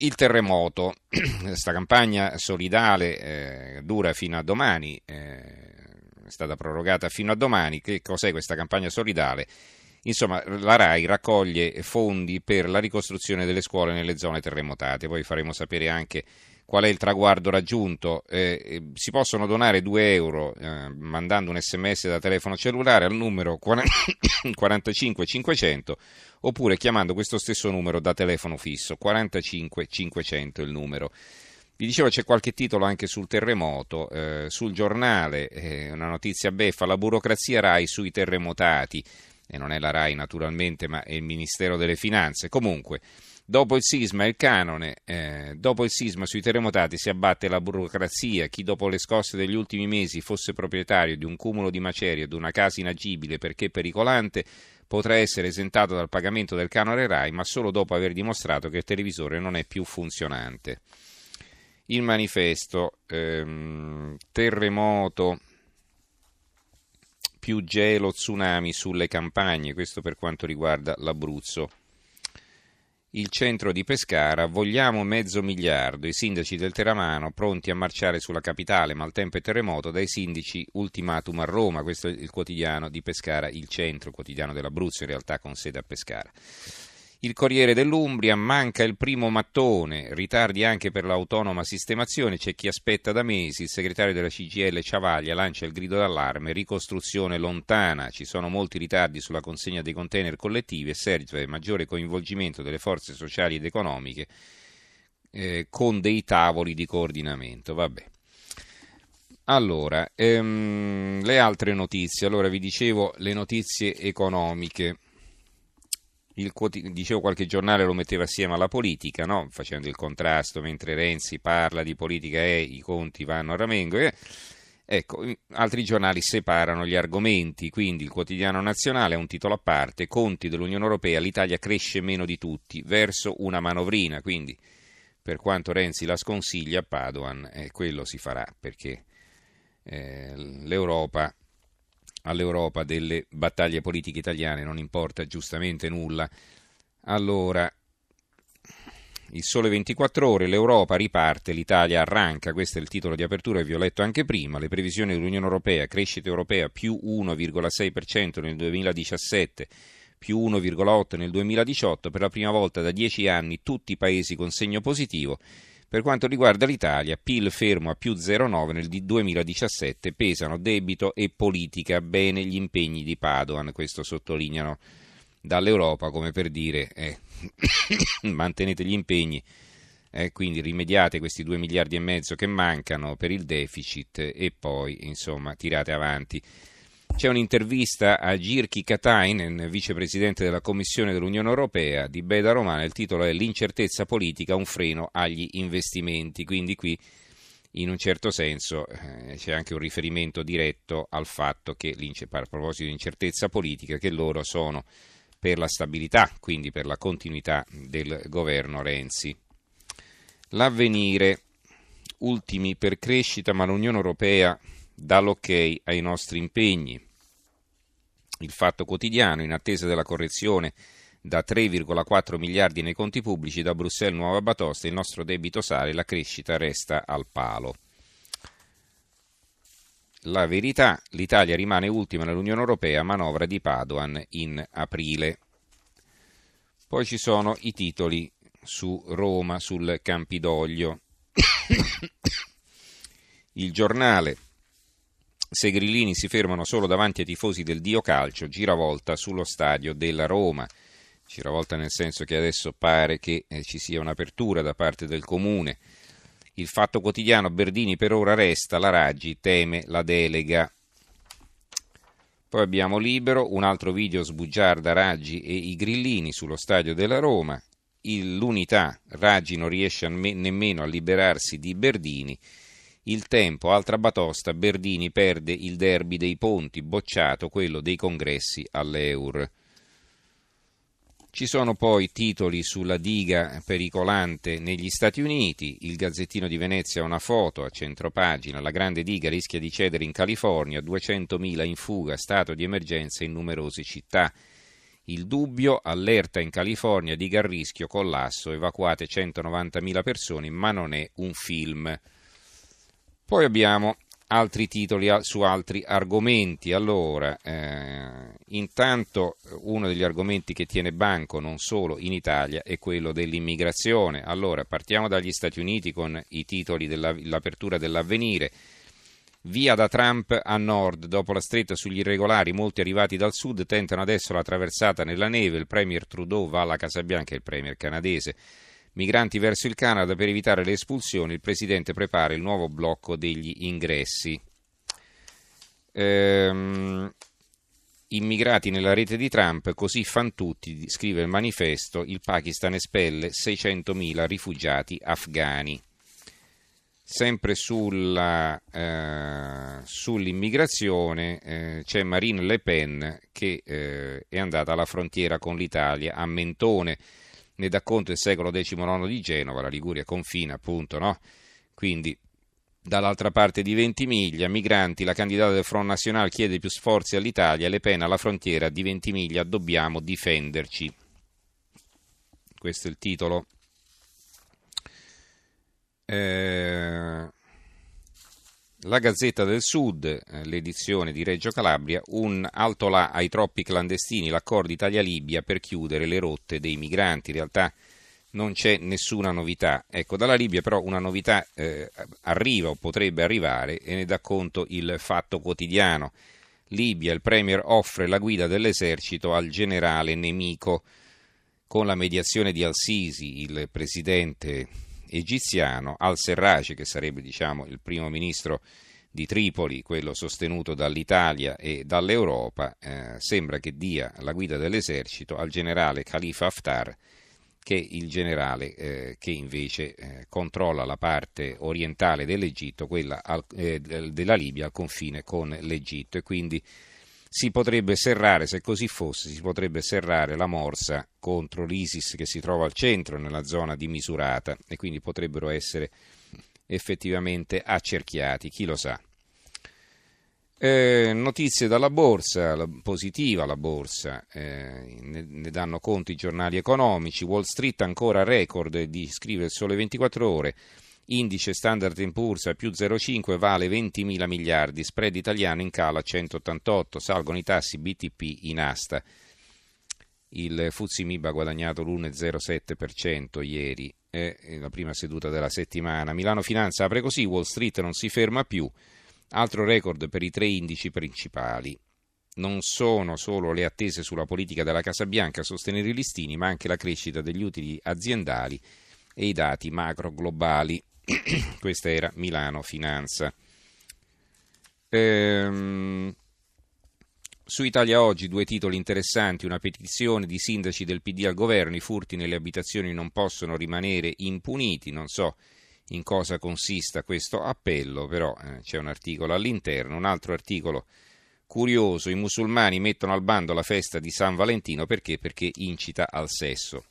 Il terremoto, questa campagna solidale dura fino a domani, è stata prorogata fino a domani. Che cos'è questa campagna solidale? Insomma, la RAI raccoglie fondi per la ricostruzione delle scuole nelle zone terremotate, poi faremo sapere anche qual è il traguardo raggiunto. Si possono donare 2 euro mandando un sms da telefono cellulare al numero 45 500 oppure chiamando questo stesso numero da telefono fisso, 45 500 è il numero. Vi dicevo, c'è qualche titolo anche sul terremoto, sul giornale, una notizia beffa: la burocrazia RAI sui terremotati, e non è la RAI naturalmente ma è il Ministero delle Finanze. Comunque, dopo il sisma il canone, dopo il sisma sui terremotati si abbatte la burocrazia. Chi dopo le scosse degli ultimi mesi fosse proprietario di un cumulo di macerie o di una casa inagibile perché pericolante potrà essere esentato dal pagamento del canone RAI, ma solo dopo aver dimostrato che il televisore non è più funzionante. Il Manifesto, terremoto, più gelo, tsunami sulle campagne, questo per quanto riguarda l'Abruzzo. Il centro di Pescara, vogliamo 500 milioni, i sindaci del Teramano pronti a marciare sulla capitale, maltempo e terremoto, dai sindaci ultimatum a Roma. Questo è il quotidiano di Pescara, il centro, quotidiano dell'Abruzzo, in realtà con sede a Pescara. Il Corriere dell'Umbria, manca il primo mattone, ritardi anche per l'autonoma sistemazione, c'è chi aspetta da mesi. Il segretario della CGIL Ciavaglia lancia il grido d'allarme, ricostruzione lontana, ci sono molti ritardi sulla consegna dei container collettivi e serve maggiore coinvolgimento delle forze sociali ed economiche con dei tavoli di coordinamento. Vabbè. Allora, le altre notizie, allora vi dicevo le notizie economiche. Dicevo, qualche giornale lo metteva assieme alla politica, no? Facendo il contrasto, mentre Renzi parla di politica e i conti vanno a ramengo. Ecco, altri giornali separano gli argomenti, quindi il Quotidiano Nazionale ha un titolo a parte: conti dell'Unione Europea, l'Italia cresce meno di tutti, verso una manovrina. Quindi, per quanto Renzi la sconsiglia a Padoan, quello si farà, perché all'Europa delle battaglie politiche italiane non importa giustamente nulla. Allora, il Sole 24 Ore, l'Europa riparte, l'Italia arranca, questo è il titolo di apertura che vi ho letto anche prima. Le previsioni dell'Unione Europea, crescita europea più 1,6% nel 2017, più 1,8% nel 2018, per la prima volta da 10 anni tutti i paesi con segno positivo. Per quanto riguarda l'Italia, PIL fermo a più 0,9 nel 2017, pesano debito e politica, bene gli impegni di Padoan, questo sottolineano dall'Europa come per dire mantenete gli impegni, quindi rimediate questi 2,5 miliardi che mancano per il deficit e poi insomma tirate avanti. C'è un'intervista a Jyrki Katainen, vicepresidente della Commissione dell'Unione Europea, di Beda Romana. Il titolo è l'incertezza politica, un freno agli investimenti. Quindi qui in un certo senso c'è anche un riferimento diretto al fatto che, a proposito di incertezza politica, che loro sono per la stabilità, quindi per la continuità del governo Renzi. L'Avvenire, ultimi per crescita, ma l'Unione Europea dà l'ok ai nostri impegni. Il Fatto Quotidiano, in attesa della correzione da 3,4 miliardi nei conti pubblici, da Bruxelles nuova batosta, il nostro debito sale, la crescita resta al palo. La Verità, l'Italia rimane ultima nell'Unione Europea, manovra di Padoan in aprile. Poi ci sono i titoli su Roma, sul Campidoglio. Il Giornale, se i grillini si fermano solo davanti ai tifosi del Dio Calcio, giravolta sullo stadio della Roma. Giravolta nel senso che adesso pare che ci sia un'apertura da parte del Comune. Il Fatto Quotidiano, Berdini per ora resta, la Raggi teme la delega. Poi abbiamo Libero, un altro video sbugiarda Raggi e i grillini sullo stadio della Roma. L'Unità, Raggi non riesce nemmeno a liberarsi di Berdini. Il Tempo, altra batosta, Berdini perde il derby dei ponti, bocciato quello dei congressi all'Eur. Ci sono poi titoli sulla diga pericolante negli Stati Uniti. Il Gazzettino di Venezia ha una foto a centropagina, la grande diga rischia di cedere in California, 200.000 in fuga, stato di emergenza in numerose città. Il Dubbio, allerta in California, diga a rischio collasso, evacuate 190.000 persone, ma non è un film. Poi abbiamo altri titoli su altri argomenti. Allora, intanto uno degli argomenti che tiene banco non solo in Italia è quello dell'immigrazione. Allora, partiamo dagli Stati Uniti con i titoli dell'apertura dell'Avvenire. Via da Trump a nord, dopo la stretta sugli irregolari, molti arrivati dal sud tentano adesso la traversata nella neve, il premier Trudeau va alla Casa Bianca, il premier canadese. Migranti verso il Canada per evitare le espulsioni, il presidente prepara il nuovo blocco degli ingressi. Immigrati nella rete di Trump, così fan tutti, scrive il manifesto, il Pakistan espelle 600.000 rifugiati afghani. Sempre sull'immigrazione c'è Marine Le Pen che è andata alla frontiera con l'Italia a Mentone. Ne dà conto il secolo XIX di Genova, la Liguria confina appunto, no? Quindi dall'altra parte di Ventimiglia, migranti, la candidata del Front National chiede più sforzi all'Italia, Le Pen alla frontiera di Ventimiglia, dobbiamo difenderci. Questo è il titolo. La Gazzetta del Sud, l'edizione di Reggio Calabria, un alto là ai troppi clandestini, l'accordo Italia-Libia per chiudere le rotte dei migranti. In realtà non c'è nessuna novità. Ecco, dalla Libia però una novità arriva o potrebbe arrivare e ne dà conto il Fatto Quotidiano. Libia, il premier offre la guida dell'esercito al generale nemico. Con la mediazione di al-Sisi, il presidente egiziano, al-Serraj, che sarebbe diciamo il primo ministro di Tripoli, quello sostenuto dall'Italia e dall'Europa, sembra che dia la guida dell'esercito al generale Khalifa Haftar, che è il generale che invece controlla la parte orientale dell'Egitto, quella della Libia al confine con l'Egitto, e quindi si potrebbe serrare, se così fosse, si potrebbe serrare la morsa contro l'ISIS che si trova al centro, nella zona di Misurata, e quindi potrebbero essere effettivamente accerchiati, chi lo sa. Notizie dalla borsa, positiva la borsa, ne danno conto i giornali economici. Wall Street ancora record, scrive il Sole 24 Ore. Indice Standard & Poor's a più 0,5 vale 20.000 miliardi, spread italiano in calo a 188, salgono i tassi BTP in asta. Il FTSE MIB ha guadagnato l'1,07% ieri, è la prima seduta della settimana. Milano Finanza apre così, Wall Street non si ferma più, altro record per i 3 indici principali. Non sono solo le attese sulla politica della Casa Bianca a sostenere i listini, ma anche la crescita degli utili aziendali e i dati macro globali. Questa era Milano Finanza. Su Italia Oggi 2 titoli interessanti, una petizione di sindaci del PD al governo, i furti nelle abitazioni non possono rimanere impuniti, non so in cosa consista questo appello, però c'è un articolo all'interno, un altro articolo curioso, i musulmani mettono al bando la festa di San Valentino perché incita al sesso.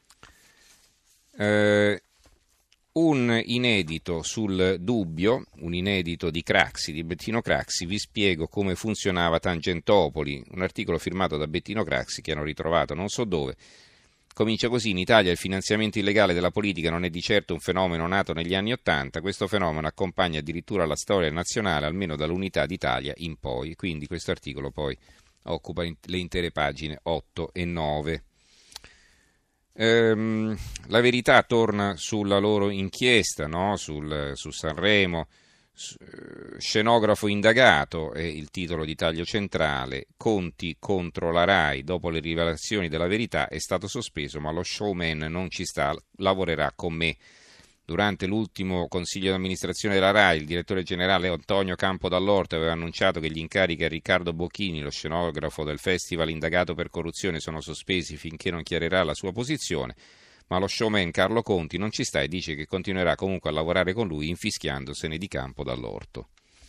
Un inedito sul Dubbio, un inedito di Craxi, di Bettino Craxi, vi spiego come funzionava Tangentopoli, un articolo firmato da Bettino Craxi che hanno ritrovato non so dove. Comincia così: in Italia il finanziamento illegale della politica non è di certo un fenomeno nato negli anni '80, questo fenomeno accompagna addirittura la storia nazionale almeno dall'unità d'Italia in poi, quindi questo articolo poi occupa le intere pagine 8 e 9. La Verità torna sulla loro inchiesta, no? su Sanremo, scenografo indagato è il titolo di taglio centrale, Conti contro la RAI, dopo le rivelazioni della Verità è stato sospeso ma lo showman non ci sta, lavorerà con me. Durante l'ultimo consiglio d'amministrazione della RAI, il direttore generale Antonio Campo Dall'Orto aveva annunciato che gli incarichi a Riccardo Bocchini, lo scenografo del festival indagato per corruzione, sono sospesi finché non chiarirà la sua posizione, ma lo showman Carlo Conti non ci sta e dice che continuerà comunque a lavorare con lui infischiandosene di Campo Dall'Orto.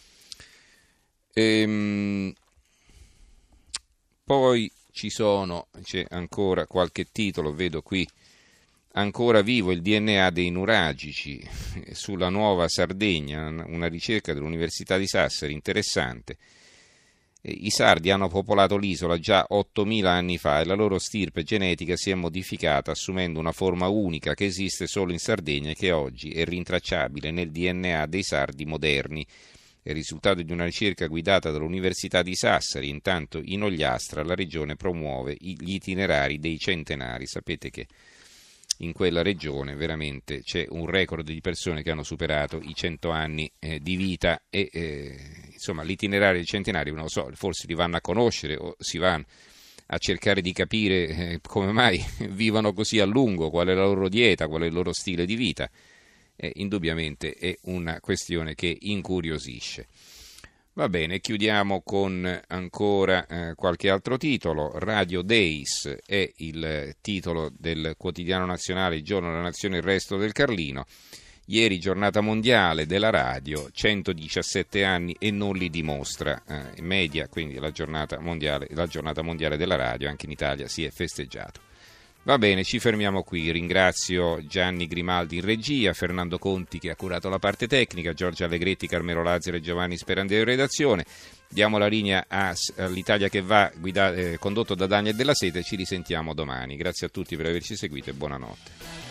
Poi c'è ancora qualche titolo, vedo qui. Ancora vivo il DNA dei nuragici sulla Nuova Sardegna, una ricerca dell'Università di Sassari, interessante. I sardi hanno popolato l'isola già 8.000 anni fa e la loro stirpe genetica si è modificata assumendo una forma unica che esiste solo in Sardegna e che oggi è rintracciabile nel DNA dei sardi moderni. È il risultato di una ricerca guidata dall'Università di Sassari. Intanto in Ogliastra la regione promuove gli itinerari dei centenari. Sapete che in quella regione veramente c'è un record di persone che hanno superato i 100 anni di vita e insomma l'itinerario dei centenari, non lo so, forse li vanno a conoscere o si vanno a cercare di capire come mai vivono così a lungo, qual è la loro dieta, qual è il loro stile di vita. Indubbiamente è una questione che incuriosisce. Va bene, chiudiamo con ancora qualche altro titolo. Radio Days è il titolo del quotidiano nazionale, il giorno della nazione, il resto del Carlino. Ieri giornata mondiale della radio, 117 anni e non li dimostra. Media, quindi la giornata mondiale della radio, anche in Italia si è festeggiato. Va bene, ci fermiamo qui. Ringrazio Gianni Grimaldi in regia, Fernando Conti che ha curato la parte tecnica, Giorgio Allegretti, Carmelo Lazzaro e Giovanni Sperandeo in redazione. Diamo la linea all'Italia che va, condotto da Daniel Della Seta, e ci risentiamo domani. Grazie a tutti per averci seguito e buonanotte.